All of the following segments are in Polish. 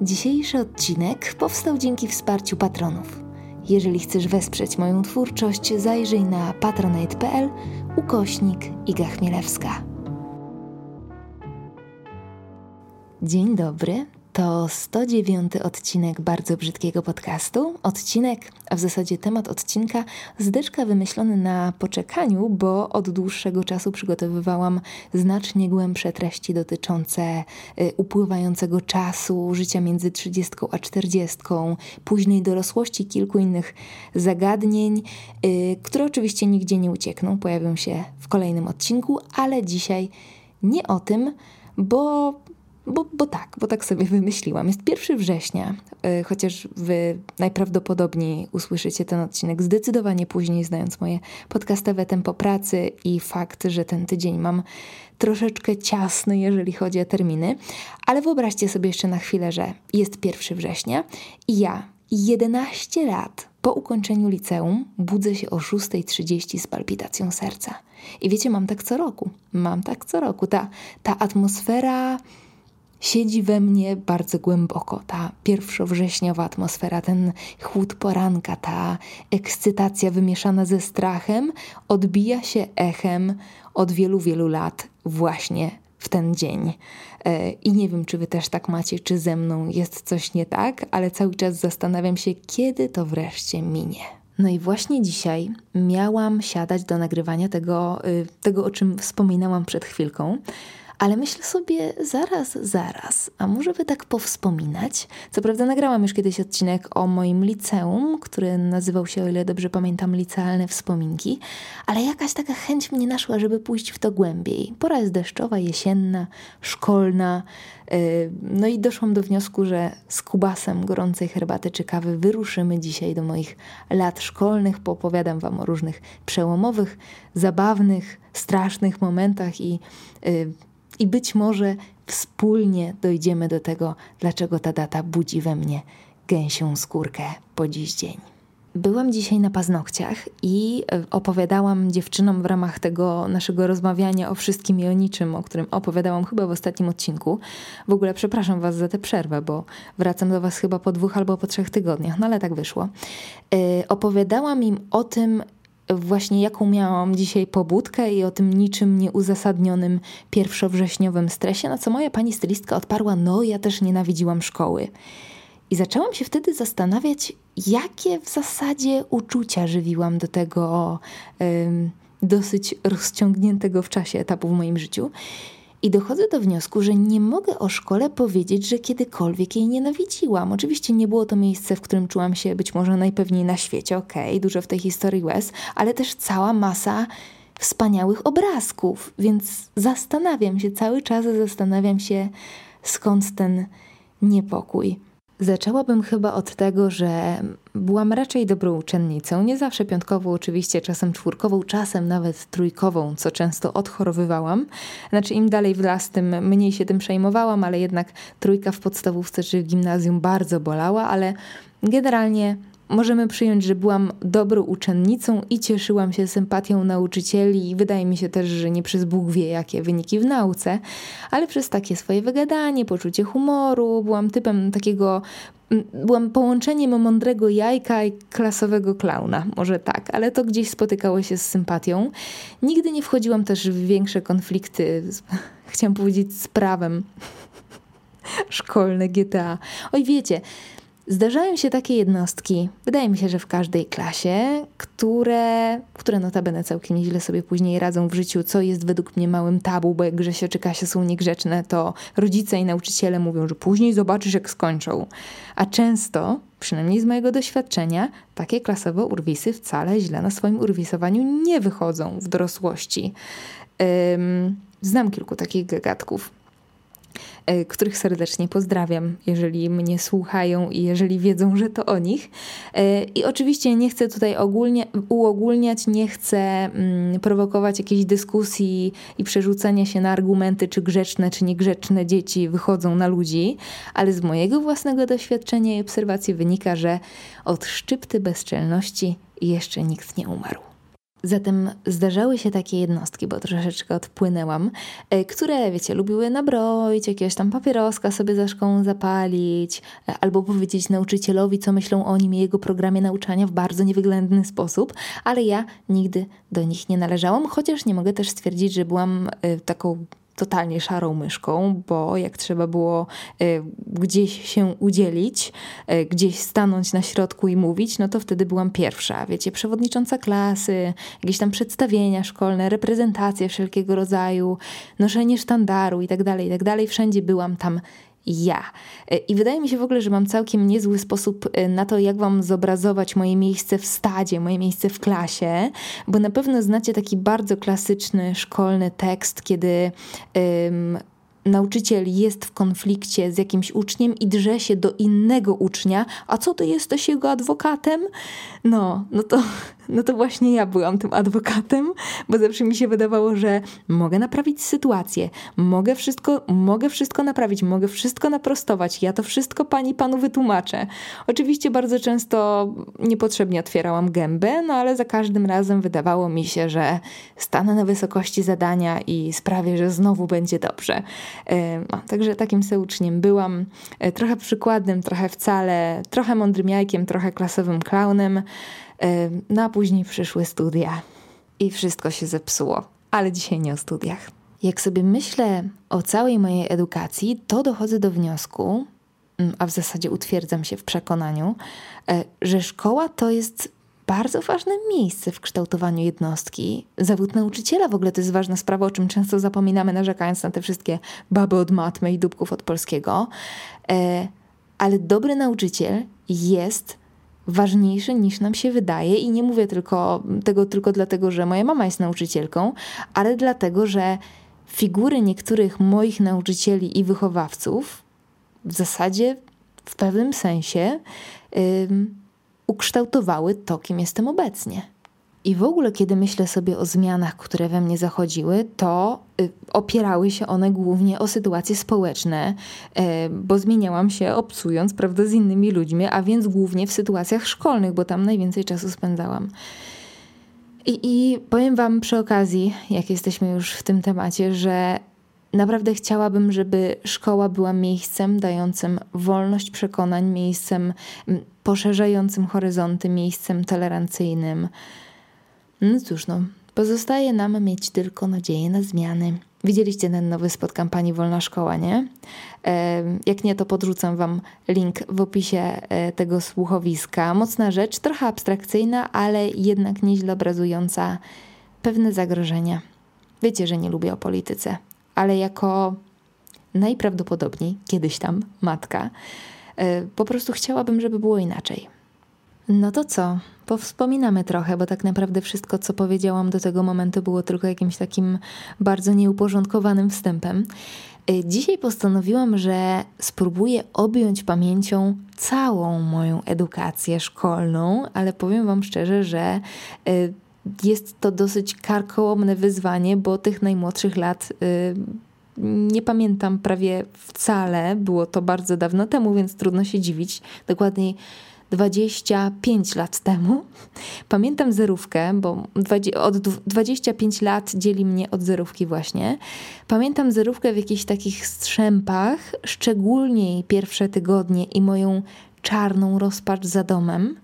Dzisiejszy odcinek powstał dzięki wsparciu patronów. Jeżeli chcesz wesprzeć moją twórczość, zajrzyj na patronite.pl/Iga Chmielewska. Dzień dobry, to 109 odcinek bardzo brzydkiego podcastu. Odcinek, a w zasadzie temat odcinka zdeczka wymyślony na poczekaniu, bo od dłuższego czasu przygotowywałam znacznie głębsze treści dotyczące upływającego czasu, życia między 30 a 40, późnej dorosłości, kilku innych zagadnień, które oczywiście nigdzie nie uciekną, pojawią się w kolejnym odcinku, ale dzisiaj nie o tym, bo tak sobie wymyśliłam. Jest 1 września, chociaż wy najprawdopodobniej usłyszycie ten odcinek zdecydowanie później, znając moje podcastowe tempo pracy i fakt, że ten tydzień mam troszeczkę ciasny, jeżeli chodzi o terminy. Ale wyobraźcie sobie jeszcze na chwilę, że jest 1 września i ja 11 lat po ukończeniu liceum budzę się o 6:30 z palpitacją serca. I wiecie, mam tak co roku. Ta atmosfera siedzi we mnie bardzo głęboko, ta pierwszowrześniowa atmosfera, ten chłód poranka, ta ekscytacja wymieszana ze strachem odbija się echem od wielu, wielu lat właśnie w ten dzień. I nie wiem, czy wy też tak macie, czy ze mną jest coś nie tak, ale cały czas zastanawiam się, kiedy to wreszcie minie. No i właśnie dzisiaj miałam siadać do nagrywania tego, o czym wspominałam przed chwilką, ale myślę sobie, zaraz, a może by tak powspominać? Co prawda nagrałam już kiedyś odcinek o moim liceum, który nazywał się, o ile dobrze pamiętam, Licealne Wspominki, ale jakaś taka chęć mnie naszła, żeby pójść w to głębiej. Pora jest deszczowa, jesienna, szkolna, no i doszłam do wniosku, że z kubasem gorącej herbaty czy kawy wyruszymy dzisiaj do moich lat szkolnych, poopowiadam wam o różnych przełomowych, zabawnych, strasznych momentach i być może wspólnie dojdziemy do tego, dlaczego ta data budzi we mnie gęsią skórkę po dziś dzień. Byłam dzisiaj na paznokciach i opowiadałam dziewczynom w ramach tego naszego rozmawiania o wszystkim i o niczym, o którym opowiadałam chyba w ostatnim odcinku. W ogóle przepraszam was za tę przerwę, bo wracam do was chyba po 2 albo po 3 tygodniach, no ale tak wyszło. Opowiadałam im o tym, właśnie jaką miałam dzisiaj pobudkę i o tym niczym nieuzasadnionym pierwszowrześniowym stresie, na co moja pani stylistka odparła: no ja też nienawidziłam szkoły. I zaczęłam się wtedy zastanawiać, jakie w zasadzie uczucia żywiłam do tego dosyć rozciągniętego w czasie etapu w moim życiu. I dochodzę do wniosku, że nie mogę o szkole powiedzieć, że kiedykolwiek jej nienawidziłam. Oczywiście nie było to miejsce, w którym czułam się być może najpewniej na świecie, dużo w tej historii łez, ale też cała masa wspaniałych obrazków, więc cały czas zastanawiam się, skąd ten niepokój. Zaczęłabym chyba od tego, że byłam raczej dobrą uczennicą, nie zawsze piątkową oczywiście, czasem 4, czasem nawet 3, co często odchorowywałam. Znaczy im dalej w las, tym mniej się tym przejmowałam, ale jednak 3 w podstawówce czy w gimnazjum bardzo bolała, ale generalnie możemy przyjąć, że byłam dobrą uczennicą i cieszyłam się sympatią nauczycieli i wydaje mi się też, że nie przez Bóg wie jakie wyniki w nauce, ale przez takie swoje wygadanie, poczucie humoru. Byłam połączeniem mądrego jajka i klasowego klauna, może tak, ale to gdzieś spotykało się z sympatią. Nigdy nie wchodziłam też w większe konflikty, chciałam powiedzieć z prawem. Szkolne GTA. Oj, wiecie, zdarzają się takie jednostki, wydaje mi się, że w każdej klasie, które notabene całkiem nieźle sobie później radzą w życiu, co jest według mnie małym tabu, bo jak Grzesio czy Kasia są niegrzeczne, to rodzice i nauczyciele mówią, że później zobaczysz, jak skończą. A często, przynajmniej z mojego doświadczenia, takie klasowe urwisy wcale źle na swoim urwisowaniu nie wychodzą w dorosłości. Znam kilku takich gagatków, których serdecznie pozdrawiam, jeżeli mnie słuchają i jeżeli wiedzą, że to o nich. I oczywiście nie chcę tutaj uogólniać, nie chcę prowokować jakiejś dyskusji i przerzucania się na argumenty, czy grzeczne, czy niegrzeczne dzieci wychodzą na ludzi, ale z mojego własnego doświadczenia i obserwacji wynika, że od szczypty bezczelności jeszcze nikt nie umarł. Zatem zdarzały się takie jednostki, bo troszeczkę odpłynęłam, które, wiecie, lubiły nabroić, jakiegoś tam papieroska sobie za szkołą zapalić, albo powiedzieć nauczycielowi, co myślą o nim i jego programie nauczania w bardzo niewyględny sposób, ale ja nigdy do nich nie należałam, chociaż nie mogę też stwierdzić, że byłam taką totalnie szarą myszką, bo jak trzeba było gdzieś się udzielić, gdzieś stanąć na środku i mówić, no to wtedy byłam pierwsza. Wiecie, przewodnicząca klasy, jakieś tam przedstawienia szkolne, reprezentacje wszelkiego rodzaju, noszenie sztandaru i tak dalej. Wszędzie byłam tam ja. I wydaje mi się w ogóle, że mam całkiem niezły sposób na to, jak wam zobrazować moje miejsce w stadzie, moje miejsce w klasie, bo na pewno znacie taki bardzo klasyczny szkolny tekst, kiedy nauczyciel jest w konflikcie z jakimś uczniem i drze się do innego ucznia, a co ty jesteś jego adwokatem? No to właśnie ja byłam tym adwokatem, bo zawsze mi się wydawało, że mogę naprawić sytuację, mogę wszystko naprawić, mogę wszystko naprostować, ja to wszystko panu wytłumaczę. Oczywiście bardzo często niepotrzebnie otwierałam gębę, no ale za każdym razem wydawało mi się, że stanę na wysokości zadania i sprawię, że znowu będzie dobrze. Także takim se uczniem byłam, trochę przykładnym, trochę wcale, trochę mądrym jajkiem, trochę klasowym klaunem, no a później przyszły studia i wszystko się zepsuło, ale dzisiaj nie o studiach. Jak sobie myślę o całej mojej edukacji, to dochodzę do wniosku, a w zasadzie utwierdzam się w przekonaniu, że szkoła to jest bardzo ważne miejsce w kształtowaniu jednostki. Zawód nauczyciela w ogóle to jest ważna sprawa, o czym często zapominamy, narzekając na te wszystkie baby od matmy i dupków od polskiego. Ale dobry nauczyciel jest ważniejszy niż nam się wydaje i nie mówię tylko dlatego, że moja mama jest nauczycielką, ale dlatego, że figury niektórych moich nauczycieli i wychowawców w zasadzie w pewnym sensie ukształtowały to, kim jestem obecnie. I w ogóle, kiedy myślę sobie o zmianach, które we mnie zachodziły, to opierały się one głównie o sytuacje społeczne, bo zmieniałam się obcując, prawda, z innymi ludźmi, a więc głównie w sytuacjach szkolnych, bo tam najwięcej czasu spędzałam. I powiem wam przy okazji, jak jesteśmy już w tym temacie, że naprawdę chciałabym, żeby szkoła była miejscem dającym wolność przekonań, miejscem poszerzającym horyzonty, miejscem tolerancyjnym. No cóż, pozostaje nam mieć tylko nadzieję na zmiany. Widzieliście ten nowy spot kampanii Wolna Szkoła, nie? Jak nie, to podrzucam wam link w opisie tego słuchowiska. Mocna rzecz, trochę abstrakcyjna, ale jednak nieźle obrazująca pewne zagrożenia. Wiecie, że nie lubię o polityce, ale jako najprawdopodobniej kiedyś tam matka po prostu chciałabym, żeby było inaczej. No to co? Powspominamy trochę, bo tak naprawdę wszystko, co powiedziałam do tego momentu, było tylko jakimś takim bardzo nieuporządkowanym wstępem. Dzisiaj postanowiłam, że spróbuję objąć pamięcią całą moją edukację szkolną, ale powiem wam szczerze, że jest to dosyć karkołomne wyzwanie, bo tych najmłodszych lat nie pamiętam prawie wcale. Było to bardzo dawno temu, więc trudno się dziwić. Dokładniej 25 lat temu. Pamiętam zerówkę, bo od 25 lat dzieli mnie od zerówki właśnie. Pamiętam zerówkę w jakichś takich strzępach, szczególnie jej pierwsze tygodnie i moją czarną rozpacz za domem.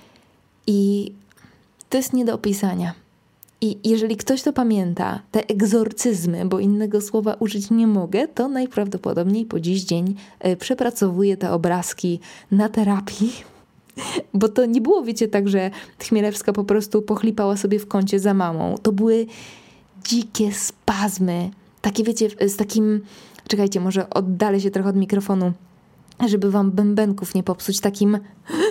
I to jest nie do opisania. I jeżeli ktoś to pamięta, te egzorcyzmy, bo innego słowa użyć nie mogę, to najprawdopodobniej po dziś dzień przepracowuję te obrazki na terapii. Bo to nie było, wiecie, tak, że Chmielewska po prostu pochlipała sobie w kącie za mamą. To były dzikie spazmy. Takie, wiecie, z takim... Czekajcie, może oddalę się trochę od mikrofonu, żeby wam bębenków nie popsuć. Takim...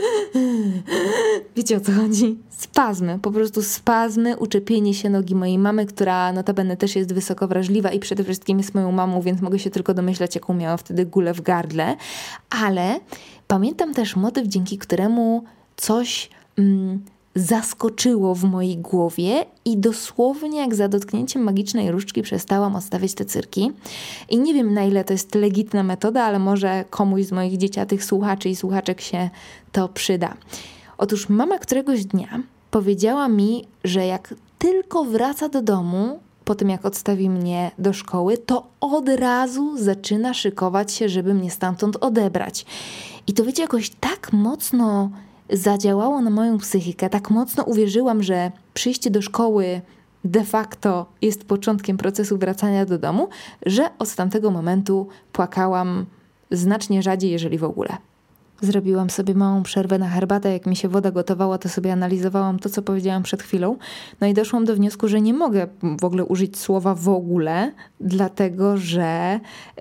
Wiecie, o co chodzi? Spazmy, po prostu spazmy, uczepienie się nogi mojej mamy, która notabene też jest wysoko wrażliwa i przede wszystkim jest moją mamą, więc mogę się tylko domyślać, jaką miała wtedy gulę w gardle. Ale pamiętam też motyw, dzięki któremu coś zaskoczyło w mojej głowie i dosłownie jak za dotknięciem magicznej różdżki przestałam odstawiać te cyrki. I nie wiem, na ile to jest legitna metoda, ale może komuś z moich dzieciatych słuchaczy i słuchaczek się to przyda. Otóż mama któregoś dnia powiedziała mi, że jak tylko wraca do domu, po tym jak odstawi mnie do szkoły, to od razu zaczyna szykować się, żeby mnie stamtąd odebrać. I to wiecie, jakoś tak mocno zadziałało na moją psychikę, tak mocno uwierzyłam, że przyjście do szkoły de facto jest początkiem procesu wracania do domu, że od tamtego momentu płakałam znacznie rzadziej, jeżeli w ogóle. Zrobiłam sobie małą przerwę na herbatę, jak mi się woda gotowała, to sobie analizowałam to, co powiedziałam przed chwilą. No i doszłam do wniosku, że nie mogę w ogóle użyć słowa w ogóle, dlatego że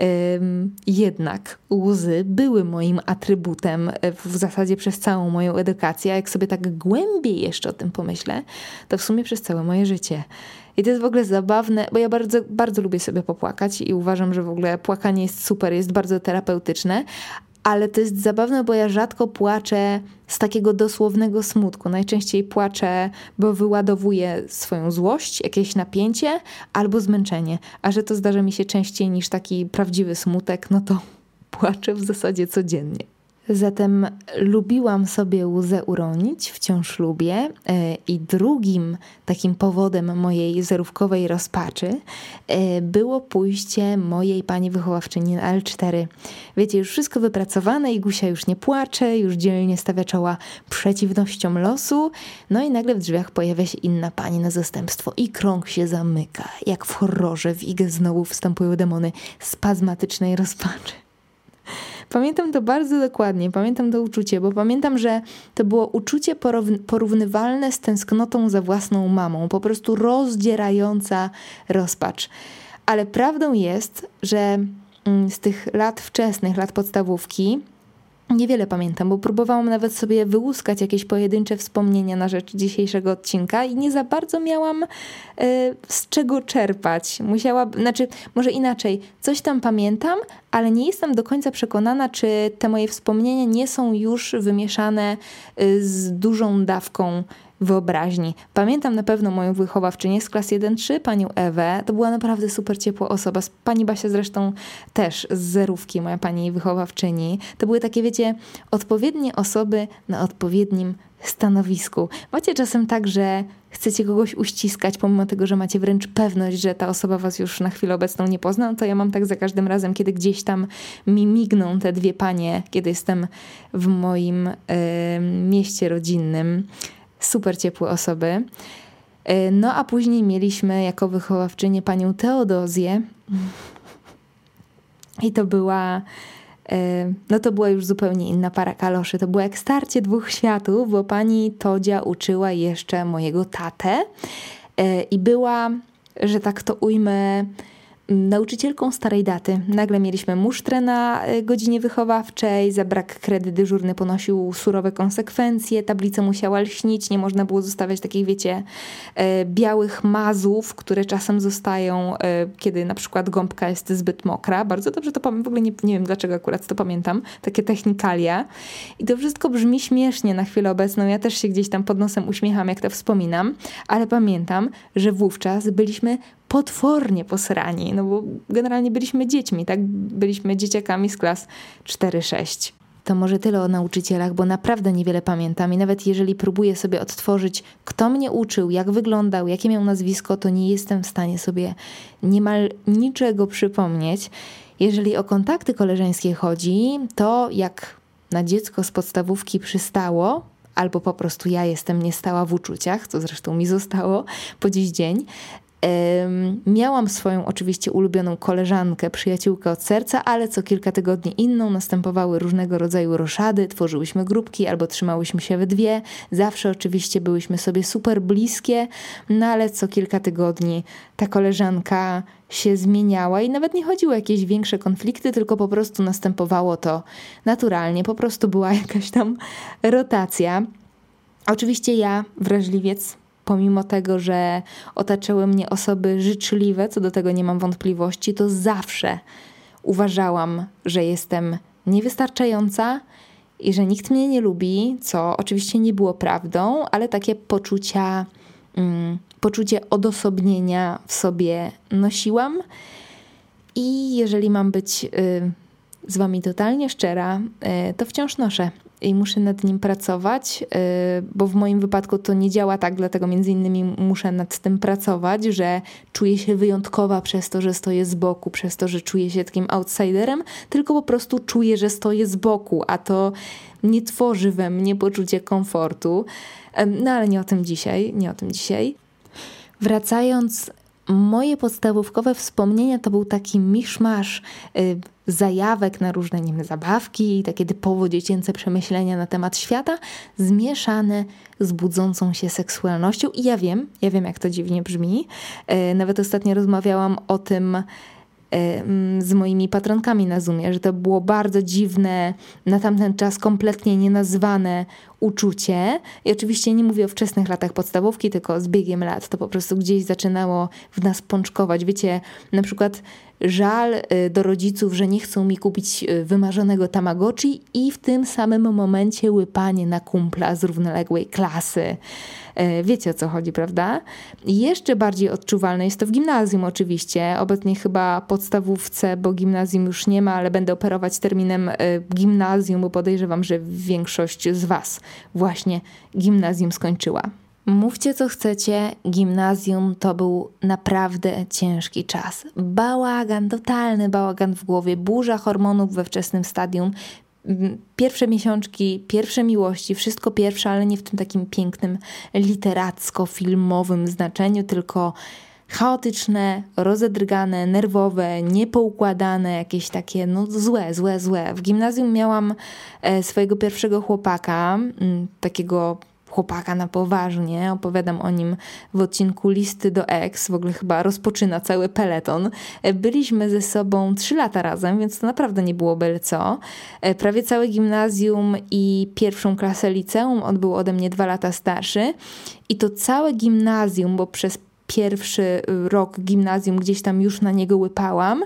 jednak łzy były moim atrybutem w zasadzie przez całą moją edukację, a jak sobie tak głębiej jeszcze o tym pomyślę, to w sumie przez całe moje życie. I to jest w ogóle zabawne, bo ja bardzo, bardzo lubię sobie popłakać i uważam, że w ogóle płakanie jest super, jest bardzo terapeutyczne, ale to jest zabawne, bo ja rzadko płaczę z takiego dosłownego smutku. Najczęściej płaczę, bo wyładowuję swoją złość, jakieś napięcie albo zmęczenie. A że to zdarza mi się częściej niż taki prawdziwy smutek, no to płaczę w zasadzie codziennie. Zatem lubiłam sobie łzę uronić, wciąż lubię i drugim takim powodem mojej zerówkowej rozpaczy było pójście mojej pani wychowawczyni na L4. Wiecie, już wszystko wypracowane i Gusia już nie płacze, już dzielnie stawia czoła przeciwnościom losu, no i nagle w drzwiach pojawia się inna pani na zastępstwo i krąg się zamyka. Jak w horrorze w Igę znowu wstępują demony spazmatycznej rozpaczy. Pamiętam to bardzo dokładnie, pamiętam to uczucie, bo pamiętam, że to było uczucie porównywalne z tęsknotą za własną mamą, po prostu rozdzierająca rozpacz. Ale prawdą jest, że z tych lat wczesnych, lat podstawówki, niewiele pamiętam, bo próbowałam nawet sobie wyłuskać jakieś pojedyncze wspomnienia na rzecz dzisiejszego odcinka i nie za bardzo miałam z czego czerpać. Może inaczej, coś tam pamiętam, ale nie jestem do końca przekonana, czy te moje wspomnienia nie są już wymieszane z dużą dawką wyobraźni. Pamiętam na pewno moją wychowawczynię z klas 1-3, panią Ewę. To była naprawdę super ciepła osoba. Pani Basia zresztą też z zerówki, moja pani wychowawczyni. To były takie, wiecie, odpowiednie osoby na odpowiednim stanowisku. Macie czasem tak, że chcecie kogoś uściskać, pomimo tego, że macie wręcz pewność, że ta osoba was już na chwilę obecną nie pozna, no to ja mam tak za każdym razem, kiedy gdzieś tam mi migną te dwie panie, kiedy jestem w moim mieście rodzinnym. Super ciepłe osoby. No a później mieliśmy jako wychowawczynię panią Teodozję. I to była już zupełnie inna para kaloszy. To było jak starcie dwóch światów, bo pani Todzia uczyła jeszcze mojego tatę i była, że tak to ujmę, nauczycielką starej daty. Nagle mieliśmy musztrę na godzinie wychowawczej, za brak kredyt dyżurny ponosił surowe konsekwencje, tablica musiała lśnić, nie można było zostawiać takich, wiecie, białych mazów, które czasem zostają, kiedy na przykład gąbka jest zbyt mokra. Bardzo dobrze to pamiętam, w ogóle nie wiem dlaczego akurat to pamiętam, takie technikalia. I to wszystko brzmi śmiesznie na chwilę obecną. Ja też się gdzieś tam pod nosem uśmiecham, jak to wspominam, ale pamiętam, że wówczas byliśmy potwornie posrani, no bo generalnie byliśmy dziećmi, tak? Byliśmy dzieciakami z klas 4-6. To może tyle o nauczycielach, bo naprawdę niewiele pamiętam i nawet jeżeli próbuję sobie odtworzyć, kto mnie uczył, jak wyglądał, jakie miał nazwisko, to nie jestem w stanie sobie niemal niczego przypomnieć. Jeżeli o kontakty koleżeńskie chodzi, to jak na dziecko z podstawówki przystało, albo po prostu ja jestem niestała w uczuciach, co zresztą mi zostało po dziś dzień, miałam swoją oczywiście ulubioną koleżankę, przyjaciółkę od serca, ale co kilka tygodni inną następowały różnego rodzaju roszady, tworzyłyśmy grupki albo trzymałyśmy się we dwie. Zawsze oczywiście byłyśmy sobie super bliskie, no ale co kilka tygodni ta koleżanka się zmieniała i nawet nie chodziło o jakieś większe konflikty, tylko po prostu następowało to naturalnie, po prostu była jakaś tam rotacja. Oczywiście ja, wrażliwiec, pomimo tego, że otaczały mnie osoby życzliwe, co do tego nie mam wątpliwości, to zawsze uważałam, że jestem niewystarczająca i że nikt mnie nie lubi, co oczywiście nie było prawdą, ale takie poczucie odosobnienia w sobie nosiłam. I jeżeli mam być z wami totalnie szczera, to wciąż noszę. i muszę nad nim pracować, bo w moim wypadku to nie działa tak, dlatego między innymi muszę nad tym pracować, że czuję się wyjątkowa przez to, że stoję z boku, przez to, że czuję się takim outsiderem, tylko po prostu czuję, że stoję z boku, a to nie tworzy we mnie poczucie komfortu. No ale nie o tym dzisiaj. Wracając, moje podstawówkowe wspomnienia to był taki miszmasz zajawek na różne zabawki, takie typowo dziecięce przemyślenia na temat świata, zmieszane z budzącą się seksualnością. I ja wiem, jak to dziwnie brzmi. Nawet ostatnio rozmawiałam o tym z moimi patronkami na Zoomie, że to było bardzo dziwne, na tamten czas kompletnie nienazwane uczucie. I oczywiście nie mówię o wczesnych latach podstawówki, tylko z biegiem lat to po prostu gdzieś zaczynało w nas pączkować. Wiecie, na przykład żal do rodziców, że nie chcą mi kupić wymarzonego Tamagotchi i w tym samym momencie łypanie na kumpla z równoległej klasy. Wiecie, o co chodzi, prawda? Jeszcze bardziej odczuwalne jest to w gimnazjum oczywiście. Obecnie chyba podstawówce, bo gimnazjum już nie ma, ale będę operować terminem gimnazjum, bo podejrzewam, że większość z was właśnie gimnazjum skończyła. Mówcie co chcecie, gimnazjum to był naprawdę ciężki czas. Bałagan, totalny bałagan w głowie, burza hormonów we wczesnym stadium, pierwsze miesiączki, pierwsze miłości, wszystko pierwsze, ale nie w tym takim pięknym literacko-filmowym znaczeniu, tylko chaotyczne, rozedrgane, nerwowe, niepoukładane, jakieś takie złe. W gimnazjum miałam swojego pierwszego chłopaka, takiego chłopaka na poważnie, opowiadam o nim w odcinku Listy do Ex, w ogóle chyba rozpoczyna cały peleton. Byliśmy ze sobą 3 lata razem, więc to naprawdę nie było byle co. Prawie całe gimnazjum i pierwszą klasę liceum, on był ode mnie 2 lata starszy i to całe gimnazjum, bo przez pierwszy rok gimnazjum gdzieś tam już na niego łypałam,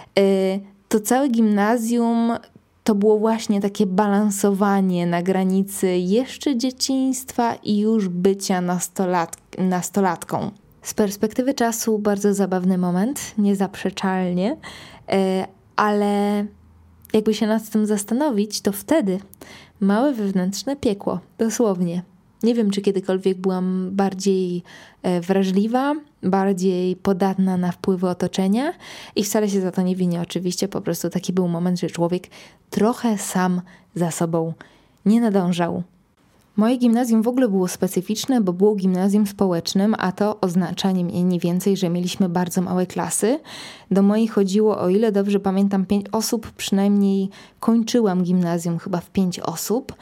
to całe gimnazjum to było właśnie takie balansowanie na granicy jeszcze dzieciństwa i już bycia nastolatką. Z perspektywy czasu bardzo zabawny moment, niezaprzeczalnie, ale jakby się nad tym zastanowić, to wtedy małe wewnętrzne piekło, dosłownie. Nie wiem, czy kiedykolwiek byłam bardziej wrażliwa, bardziej podatna na wpływy otoczenia i wcale się za to nie winię oczywiście, po prostu taki był moment, że człowiek trochę sam za sobą nie nadążał. Moje gimnazjum w ogóle było specyficzne, bo było gimnazjum społecznym, a to oznacza nie mniej więcej, że mieliśmy bardzo małe klasy. Do mojej chodziło, o ile dobrze pamiętam, 5 osób, przynajmniej kończyłam gimnazjum chyba w 5 osób.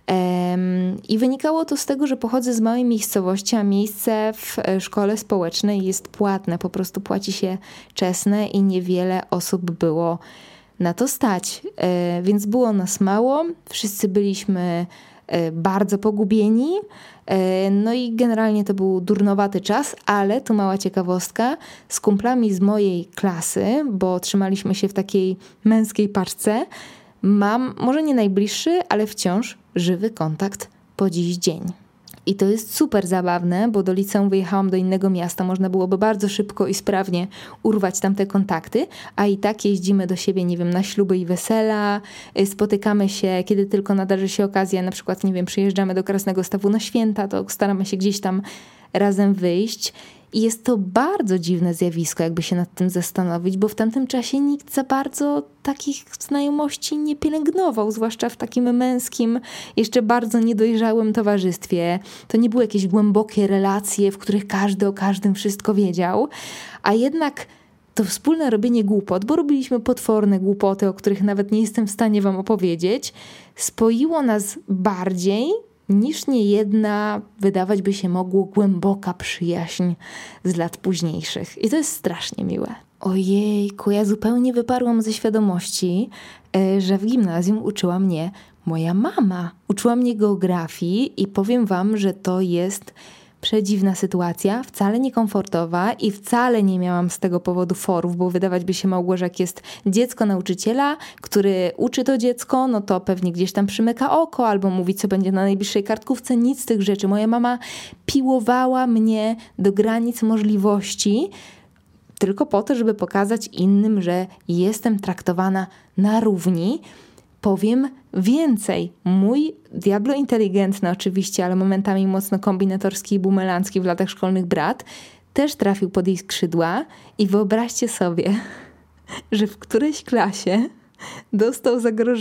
I wynikało to z tego, że pochodzę z małej miejscowości, a miejsce w szkole społecznej jest płatne, po prostu płaci się czesne i niewiele osób było na to stać. Więc było nas mało, wszyscy byliśmy bardzo pogubieni, no i generalnie to był durnowaty czas, ale tu mała ciekawostka, z kumplami z mojej klasy, bo trzymaliśmy się w takiej męskiej paczce, mam, może nie najbliższy, ale wciąż żywy kontakt po dziś dzień. I to jest super zabawne, bo do liceum wyjechałam do innego miasta, można byłoby bardzo szybko i sprawnie urwać tamte kontakty, a i tak jeździmy do siebie, nie wiem, na śluby i wesela, spotykamy się, kiedy tylko nadarzy się okazja, na przykład, nie wiem, przyjeżdżamy do Krasnego Stawu na święta, to staramy się gdzieś tam razem wyjść. I jest to bardzo dziwne zjawisko, jakby się nad tym zastanowić, bo w tamtym czasie nikt za bardzo takich znajomości nie pielęgnował, zwłaszcza w takim męskim, jeszcze bardzo niedojrzałym towarzystwie. To nie były jakieś głębokie relacje, w których każdy o każdym wszystko wiedział, a jednak to wspólne robienie głupot, bo robiliśmy potworne głupoty, o których nawet nie jestem w stanie wam opowiedzieć, spoiło nas bardziej niż niejedna, wydawać by się mogło, głęboka przyjaźń z lat późniejszych. I to jest strasznie miłe. Ojejku, ja zupełnie wyparłam ze świadomości, że w gimnazjum uczyła mnie moja mama. Uczyła mnie geografii i powiem wam, że to jest przedziwna sytuacja, wcale niekomfortowa i wcale nie miałam z tego powodu forów, bo wydawać by się mogło, że jak jest dziecko nauczyciela, który uczy to dziecko, no to pewnie gdzieś tam przymyka oko albo mówi, co będzie na najbliższej kartkówce. Nic z tych rzeczy. Moja mama piłowała mnie do granic możliwości tylko po to, żeby pokazać innym, że jestem traktowana na równi. Powiem więcej. Mój diablo inteligentny oczywiście, ale momentami mocno kombinatorski i bumelancki w latach szkolnych brat też trafił pod jej skrzydła i wyobraźcie sobie, że w którejś klasie dostał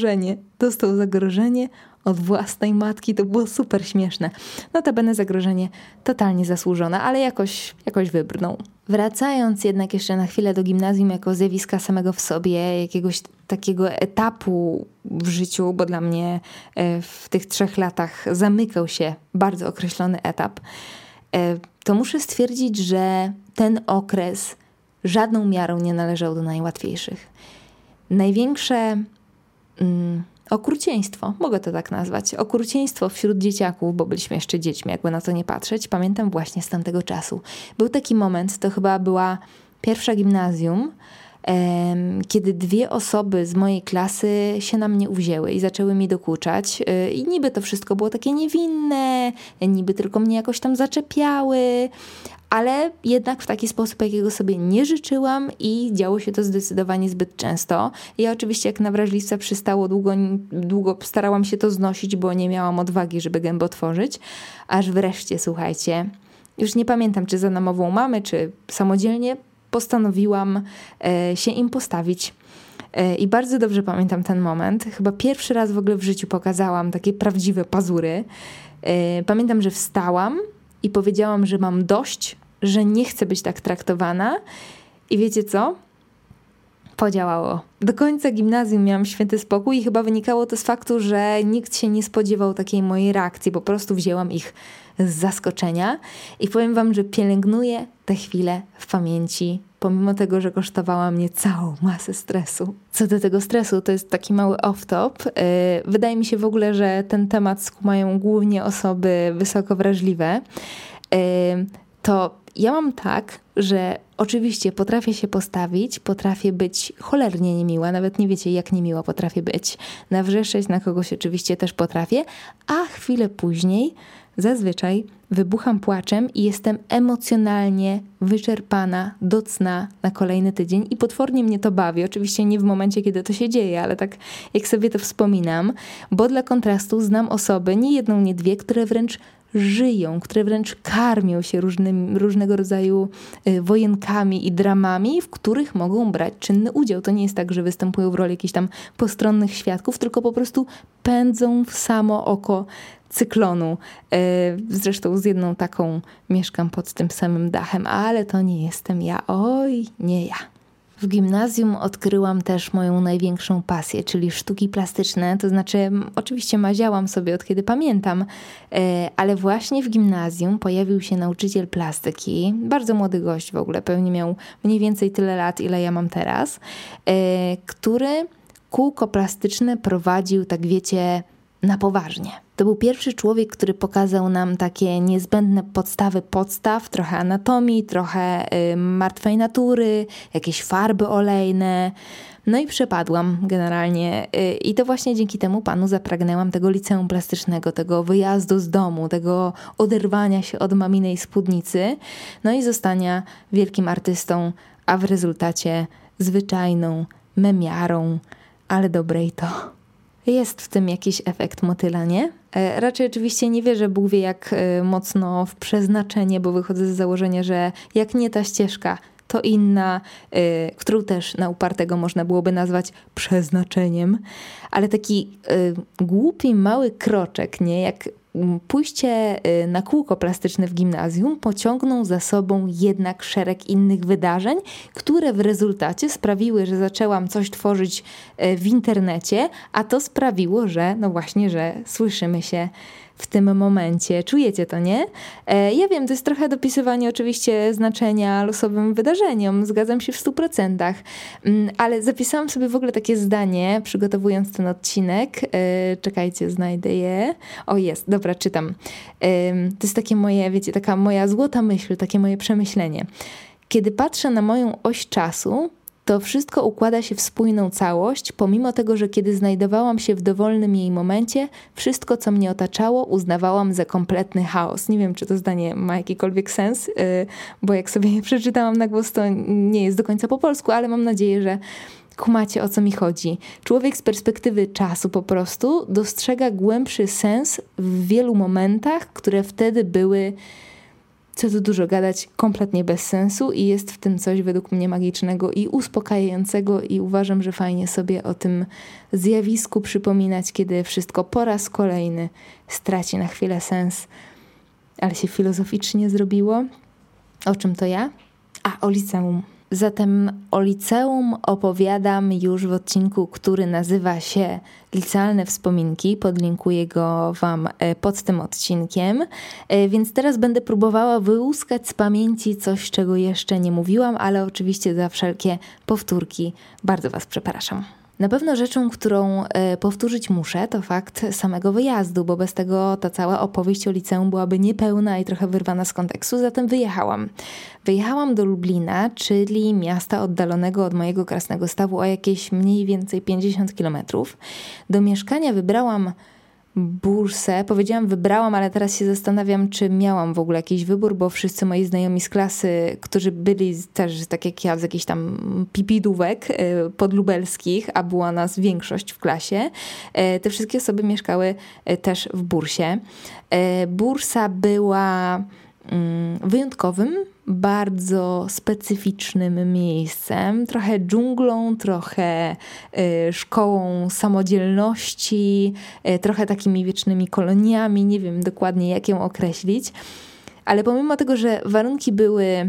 zagrożenie od własnej matki. To było super śmieszne. Notabene zagrożenie totalnie zasłużone, ale jakoś wybrnął. Wracając jednak jeszcze na chwilę do gimnazjum jako zjawiska samego w sobie, jakiegoś takiego etapu w życiu, bo dla mnie w tych 3 latach zamykał się bardzo określony etap, to muszę stwierdzić, że ten okres żadną miarą nie należał do najłatwiejszych. Największe okrucieństwo, mogę to tak nazwać, okrucieństwo wśród dzieciaków, bo byliśmy jeszcze dziećmi, jakby na to nie patrzeć, pamiętam właśnie z tamtego czasu. Był taki moment, to chyba była 1. gimnazjum, kiedy 2 osoby z mojej klasy się na mnie uwzięły i zaczęły mi dokuczać. I niby to wszystko było takie niewinne, niby tylko mnie jakoś tam zaczepiały, ale jednak w taki sposób, jakiego sobie nie życzyłam i działo się to zdecydowanie zbyt często. Ja oczywiście jak na wrażliwca przystało, długo starałam się to znosić, bo nie miałam odwagi, żeby gębę otworzyć, aż wreszcie, słuchajcie, już nie pamiętam, czy za namową mamy, czy samodzielnie postanowiłam się im postawić. I bardzo dobrze pamiętam ten moment. Chyba pierwszy raz w ogóle w życiu pokazałam takie prawdziwe pazury. Pamiętam, że wstałam i powiedziałam, że mam dość, że nie chcę być tak traktowana. I wiecie co? Podziałało. Do końca gimnazjum miałam święty spokój i chyba wynikało to z faktu, że nikt się nie spodziewał takiej mojej reakcji. Po prostu wzięłam ich z zaskoczenia i powiem wam, że pielęgnuję te chwile w pamięci, pomimo tego, że kosztowała mnie całą masę stresu. Co do tego stresu, to jest taki mały off-top. Wydaje mi się w ogóle, że ten temat skumają głównie osoby wysoko wrażliwe. To ja mam tak, że oczywiście potrafię się postawić, potrafię być cholernie niemiła, nawet nie wiecie, jak niemiła potrafię być. Nawrzeszczeć na kogoś oczywiście też potrafię, a chwilę później zazwyczaj wybucham płaczem i jestem emocjonalnie wyczerpana do cna na kolejny tydzień i potwornie mnie to bawi. Oczywiście nie w momencie, kiedy to się dzieje, ale tak jak sobie to wspominam, bo dla kontrastu znam osoby, nie jedną, nie 2, które wręcz żyją, które wręcz karmią się różnego rodzaju wojenkami i dramami, w których mogą brać czynny udział. To nie jest tak, że występują w roli jakichś tam postronnych świadków, tylko po prostu pędzą w samo oko cyklonu. Zresztą z jedną taką mieszkam pod tym samym dachem, ale to nie jestem ja. Oj, nie ja. W gimnazjum odkryłam też moją największą pasję, czyli sztuki plastyczne, to znaczy oczywiście maziałam sobie od kiedy pamiętam, ale właśnie w gimnazjum pojawił się nauczyciel plastyki, bardzo młody gość w ogóle, pewnie miał mniej więcej tyle lat, ile ja mam teraz, który kółko plastyczne prowadził, tak wiecie, na poważnie. To był pierwszy człowiek, który pokazał nam takie niezbędne podstawy podstaw, trochę anatomii, trochę martwej natury, jakieś farby olejne. No i przepadłam generalnie i to właśnie dzięki temu panu zapragnęłam tego liceum plastycznego, tego wyjazdu z domu, tego oderwania się od maminej spódnicy, no i zostania wielkim artystą, a w rezultacie zwyczajną memiarą, ale dobrej to. Jest w tym jakiś efekt motyla, nie? Raczej oczywiście nie wierzę, Bóg wie jak mocno w przeznaczenie, bo wychodzę z założenia, że jak nie ta ścieżka, to inna, którą też na upartego można byłoby nazwać przeznaczeniem. Ale taki głupi, mały kroczek, nie? Jak pójście na kółko plastyczne w gimnazjum pociągnął za sobą jednak szereg innych wydarzeń, które w rezultacie sprawiły, że zaczęłam coś tworzyć w internecie, a to sprawiło, że no właśnie, że słyszymy się w tym momencie. Czujecie to, nie? Ja wiem, to jest trochę dopisywanie oczywiście znaczenia losowym wydarzeniom, zgadzam się w 100%, ale zapisałam sobie w ogóle takie zdanie, przygotowując ten odcinek. Czekajcie, znajdę je. O, jest, dobra, czytam. To jest takie moje, wiecie, taka moja złota myśl, takie moje przemyślenie. Kiedy patrzę na moją oś czasu, to wszystko układa się w spójną całość, pomimo tego, że kiedy znajdowałam się w dowolnym jej momencie, wszystko, co mnie otaczało, uznawałam za kompletny chaos. Nie wiem, czy to zdanie ma jakikolwiek sens, bo jak sobie je przeczytałam na głos, to nie jest do końca po polsku, ale mam nadzieję, że Kumacie, o co mi chodzi. Człowiek z perspektywy czasu po prostu dostrzega głębszy sens w wielu momentach, które wtedy były, co tu dużo gadać, kompletnie bez sensu i jest w tym coś według mnie magicznego i uspokajającego i uważam, że fajnie sobie o tym zjawisku przypominać, kiedy wszystko po raz kolejny straci na chwilę sens, ale się filozoficznie zrobiło. O czym to ja? O liceum. Zatem o liceum opowiadam już w odcinku, który nazywa się Licealne Wspominki. Podlinkuję go Wam pod tym odcinkiem. Więc teraz będę próbowała wyłuskać z pamięci coś, czego jeszcze nie mówiłam, ale oczywiście za wszelkie powtórki bardzo Was przepraszam. Na pewno rzeczą, którą powtórzyć muszę, to fakt samego wyjazdu, bo bez tego ta cała opowieść o liceum byłaby niepełna i trochę wyrwana z kontekstu, zatem wyjechałam. Wyjechałam do Lublina, czyli miasta oddalonego od mojego Krasnego-Stawu o jakieś mniej więcej 50 kilometrów. Do mieszkania wybrałam bursę. Powiedziałam wybrałam, ale teraz się zastanawiam, czy miałam w ogóle jakiś wybór, bo wszyscy moi znajomi z klasy, którzy byli też tak jak ja z jakichś tam pipidówek podlubelskich, a była nas większość w klasie, te wszystkie osoby mieszkały też w bursie. Bursa była wyjątkowym, bardzo specyficznym miejscem, trochę dżunglą, trochę szkołą samodzielności, trochę takimi wiecznymi koloniami, nie wiem dokładnie jak ją określić, ale pomimo tego, że warunki były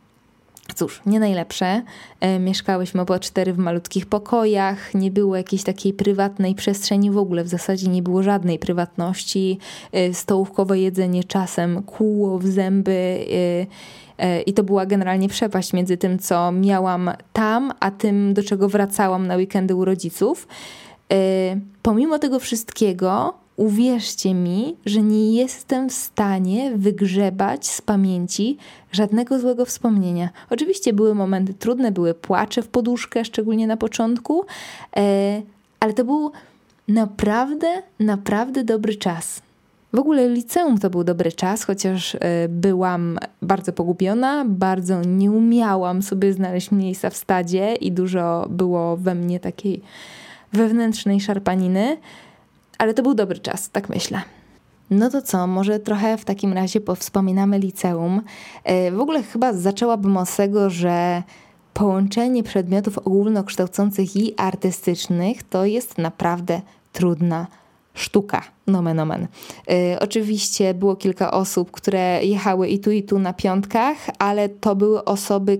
nie najlepsze. Mieszkałyśmy po 4 w malutkich pokojach, nie było jakiejś takiej prywatnej przestrzeni w ogóle, w zasadzie nie było żadnej prywatności, stołówkowe jedzenie czasem kłuło w zęby i to była generalnie przepaść między tym, co miałam tam, a tym, do czego wracałam na weekendy u rodziców. Pomimo tego wszystkiego, uwierzcie mi, że nie jestem w stanie wygrzebać z pamięci żadnego złego wspomnienia. Oczywiście były momenty trudne, były płacze w poduszkę, szczególnie na początku, ale to był naprawdę dobry czas. W ogóle liceum to był dobry czas, chociaż byłam bardzo pogubiona, bardzo nie umiałam sobie znaleźć miejsca w stadzie i dużo było we mnie takiej wewnętrznej szarpaniny, ale to był dobry czas, tak myślę. No to co, może trochę w takim razie powspominamy liceum. W ogóle chyba zaczęłabym od tego, że połączenie przedmiotów ogólnokształcących i artystycznych to jest naprawdę trudna sztuka, nomen omen. Oczywiście było kilka osób, które jechały i tu na piątkach, ale to były osoby,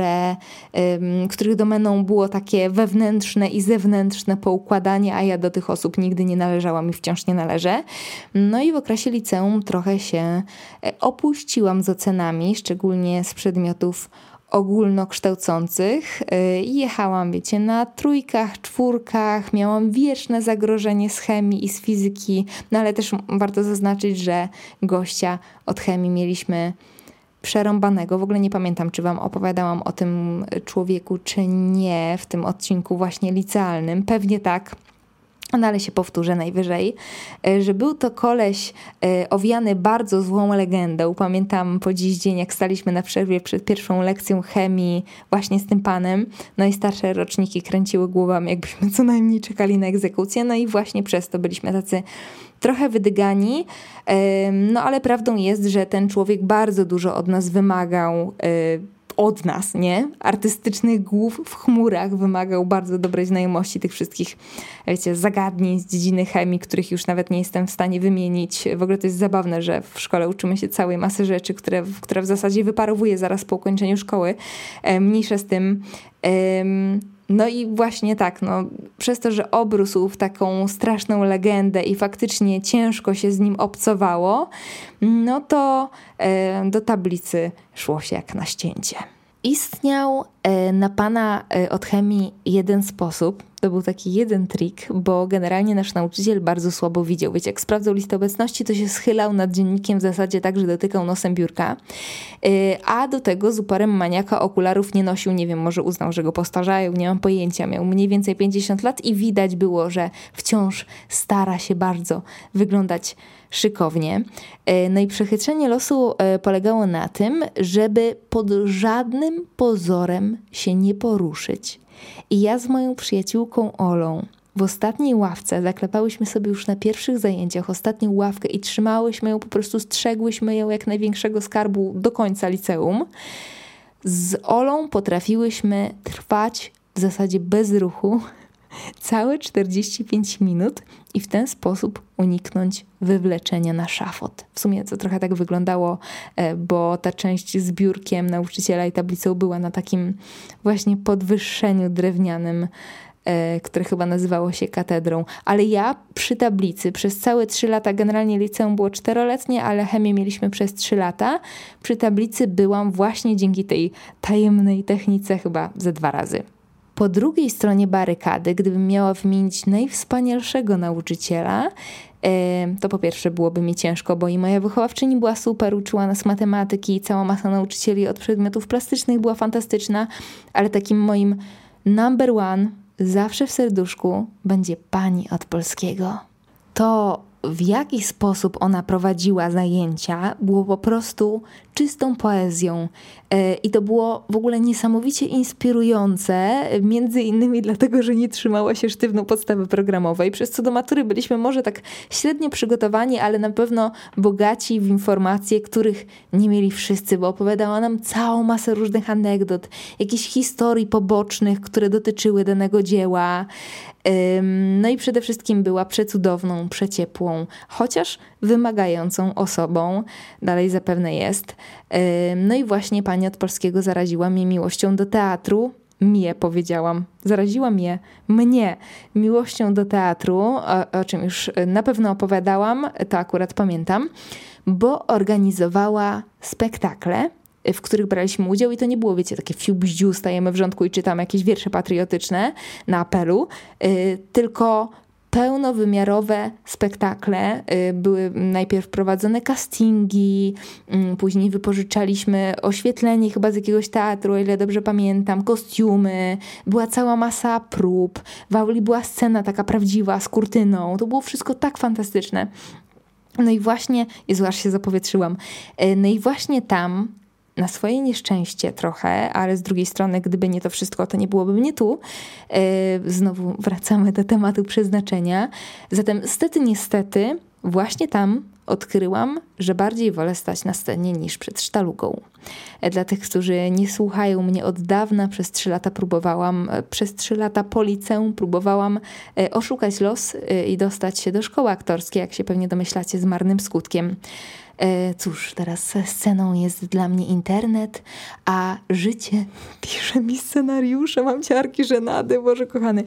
których domeną było takie wewnętrzne i zewnętrzne poukładanie, a ja do tych osób nigdy nie należałam i wciąż nie należę. No i w okresie liceum trochę się opuściłam z ocenami, szczególnie z przedmiotów ogólnokształcących. Jechałam, na 3, 4, miałam wieczne zagrożenie z chemii i z fizyki, no ale też warto zaznaczyć, że gościa od chemii mieliśmy przerąbanego. W ogóle nie pamiętam, czy Wam opowiadałam o tym człowieku, czy nie w tym odcinku właśnie licealnym. Pewnie tak. No ale się powtórzę najwyżej, że był to koleś owiany bardzo złą legendą. Pamiętam po dziś dzień, jak staliśmy na przerwie przed pierwszą lekcją chemii właśnie z tym panem, no i starsze roczniki kręciły głowami, jakbyśmy co najmniej czekali na egzekucję, no i właśnie przez to byliśmy tacy trochę wydygani, no ale prawdą jest, że ten człowiek bardzo dużo od nas wymagał, od nas, nie? Artystycznych głów w chmurach wymagał bardzo dobrej znajomości tych wszystkich, zagadnień z dziedziny chemii, których już nawet nie jestem w stanie wymienić. W ogóle to jest zabawne, że w szkole uczymy się całej masy rzeczy, które w zasadzie wyparowuje zaraz po ukończeniu szkoły. Mniejsza z tym. No i właśnie tak, przez to, że obrósł w taką straszną legendę i faktycznie ciężko się z nim obcowało, no to do tablicy szło się jak na ścięcie. Istniał na pana od chemii jeden sposób, to był taki jeden trik, bo generalnie nasz nauczyciel bardzo słabo widział. Jak sprawdzał listę obecności, to się schylał nad dziennikiem w zasadzie tak, że dotykał nosem biurka, a do tego z uporem maniaka okularów nie nosił, nie wiem, może uznał, że go postarzają, nie mam pojęcia, miał mniej więcej 50 lat i widać było, że wciąż stara się bardzo wyglądać szykownie. No i przechytrzenie losu polegało na tym, żeby pod żadnym pozorem się nie poruszyć. I ja z moją przyjaciółką Olą w ostatniej ławce zaklepałyśmy sobie już na pierwszych zajęciach ostatnią ławkę i trzymałyśmy ją, po prostu strzegłyśmy ją jak największego skarbu do końca liceum. Z Olą potrafiłyśmy trwać w zasadzie bez ruchu całe 45 minut i w ten sposób uniknąć wywleczenia na szafot. W sumie to trochę tak wyglądało, bo ta część z biurkiem nauczyciela i tablicą była na takim właśnie podwyższeniu drewnianym, które chyba nazywało się katedrą. Ale ja przy tablicy przez całe 3 lata, generalnie liceum było 4-letnie, ale chemię mieliśmy przez 3 lata, przy tablicy byłam właśnie dzięki tej tajemnej technice chyba ze 2 razy. Po drugiej stronie barykady, gdybym miała wymienić najwspanialszego nauczyciela, to po pierwsze byłoby mi ciężko, bo i moja wychowawczyni była super, uczyła nas matematyki i cała masa nauczycieli od przedmiotów plastycznych była fantastyczna, ale takim moim number one, zawsze w serduszku, będzie pani od polskiego. To, w jaki sposób ona prowadziła zajęcia, było po prostu czystą poezją. I to było w ogóle niesamowicie inspirujące, między innymi dlatego, że nie trzymała się sztywną podstawy programowej, przez co do matury byliśmy może tak średnio przygotowani, ale na pewno bogaci w informacje, których nie mieli wszyscy, bo opowiadała nam całą masę różnych anegdot, jakichś historii pobocznych, które dotyczyły danego dzieła. No i przede wszystkim była przecudowną, przeciepłą, chociaż wymagającą osobą, dalej zapewne jest. No i właśnie pani od polskiego zaraziła mnie miłością do teatru. Powiedziałam. Zaraziła mnie miłością do teatru, o czym już na pewno opowiadałam, to akurat pamiętam, bo organizowała spektakle, w których braliśmy udział i to nie było, wiecie, takie fiu-bździu, stajemy w rządku i czytamy jakieś wiersze patriotyczne na apelu, tylko pełnowymiarowe spektakle. Były najpierw prowadzone castingi, później wypożyczaliśmy oświetlenie chyba z jakiegoś teatru, o ile dobrze pamiętam, kostiumy, była cała masa prób, w auli była scena taka prawdziwa z kurtyną, to było wszystko tak fantastyczne. No i właśnie, Jezu, aż się zapowietrzyłam, no i właśnie tam, na swoje nieszczęście trochę, ale z drugiej strony, gdyby nie to wszystko, to nie byłoby mnie tu. Znowu wracamy do tematu przeznaczenia. Zatem niestety, właśnie tam odkryłam, że bardziej wolę stać na scenie niż przed sztalugą. Dla tych, którzy nie słuchają mnie od dawna, przez 3 lata przez 3 lata po liceum próbowałam oszukać los i dostać się do szkoły aktorskiej, jak się pewnie domyślacie, z marnym skutkiem. Cóż, teraz sceną jest dla mnie internet, a życie pisze mi scenariusze, mam ciarki, żenady, Boże kochany.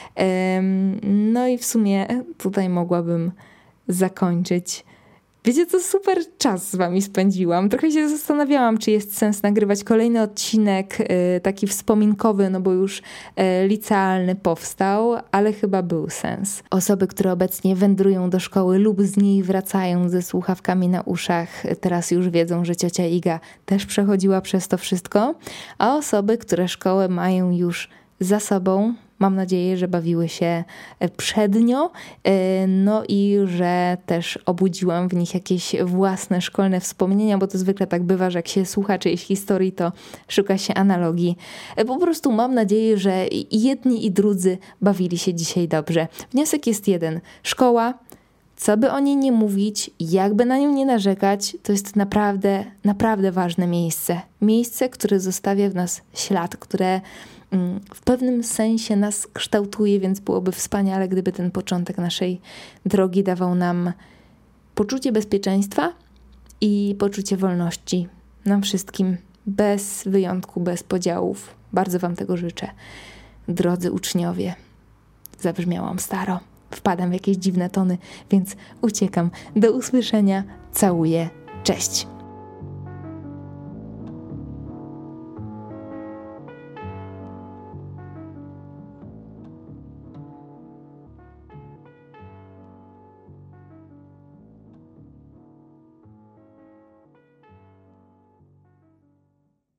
No i w sumie tutaj mogłabym zakończyć. Wiecie co, super czas z wami spędziłam. Trochę się zastanawiałam, czy jest sens nagrywać kolejny odcinek, taki wspominkowy, no bo już licealny powstał, ale chyba był sens. Osoby, które obecnie wędrują do szkoły lub z niej wracają ze słuchawkami na uszach, teraz już wiedzą, że ciocia Iga też przechodziła przez to wszystko, a osoby, które szkołę mają już za sobą, mam nadzieję, że bawiły się przednio, no i że też obudziłam w nich jakieś własne szkolne wspomnienia, bo to zwykle tak bywa, że jak się słucha czyjejś historii, to szuka się analogii. Po prostu mam nadzieję, że i jedni i drudzy bawili się dzisiaj dobrze. Wniosek jest jeden. Szkoła, co by o niej nie mówić, jakby na nią nie narzekać, to jest naprawdę, naprawdę ważne miejsce. Miejsce, które zostawia w nas ślad, które w pewnym sensie nas kształtuje, więc byłoby wspaniale, gdyby ten początek naszej drogi dawał nam poczucie bezpieczeństwa i poczucie wolności. Nam wszystkim, bez wyjątku, bez podziałów. Bardzo wam tego życzę. Drodzy uczniowie, zabrzmiałam staro. Wpadam w jakieś dziwne tony, więc uciekam. Do usłyszenia. Całuję. Cześć.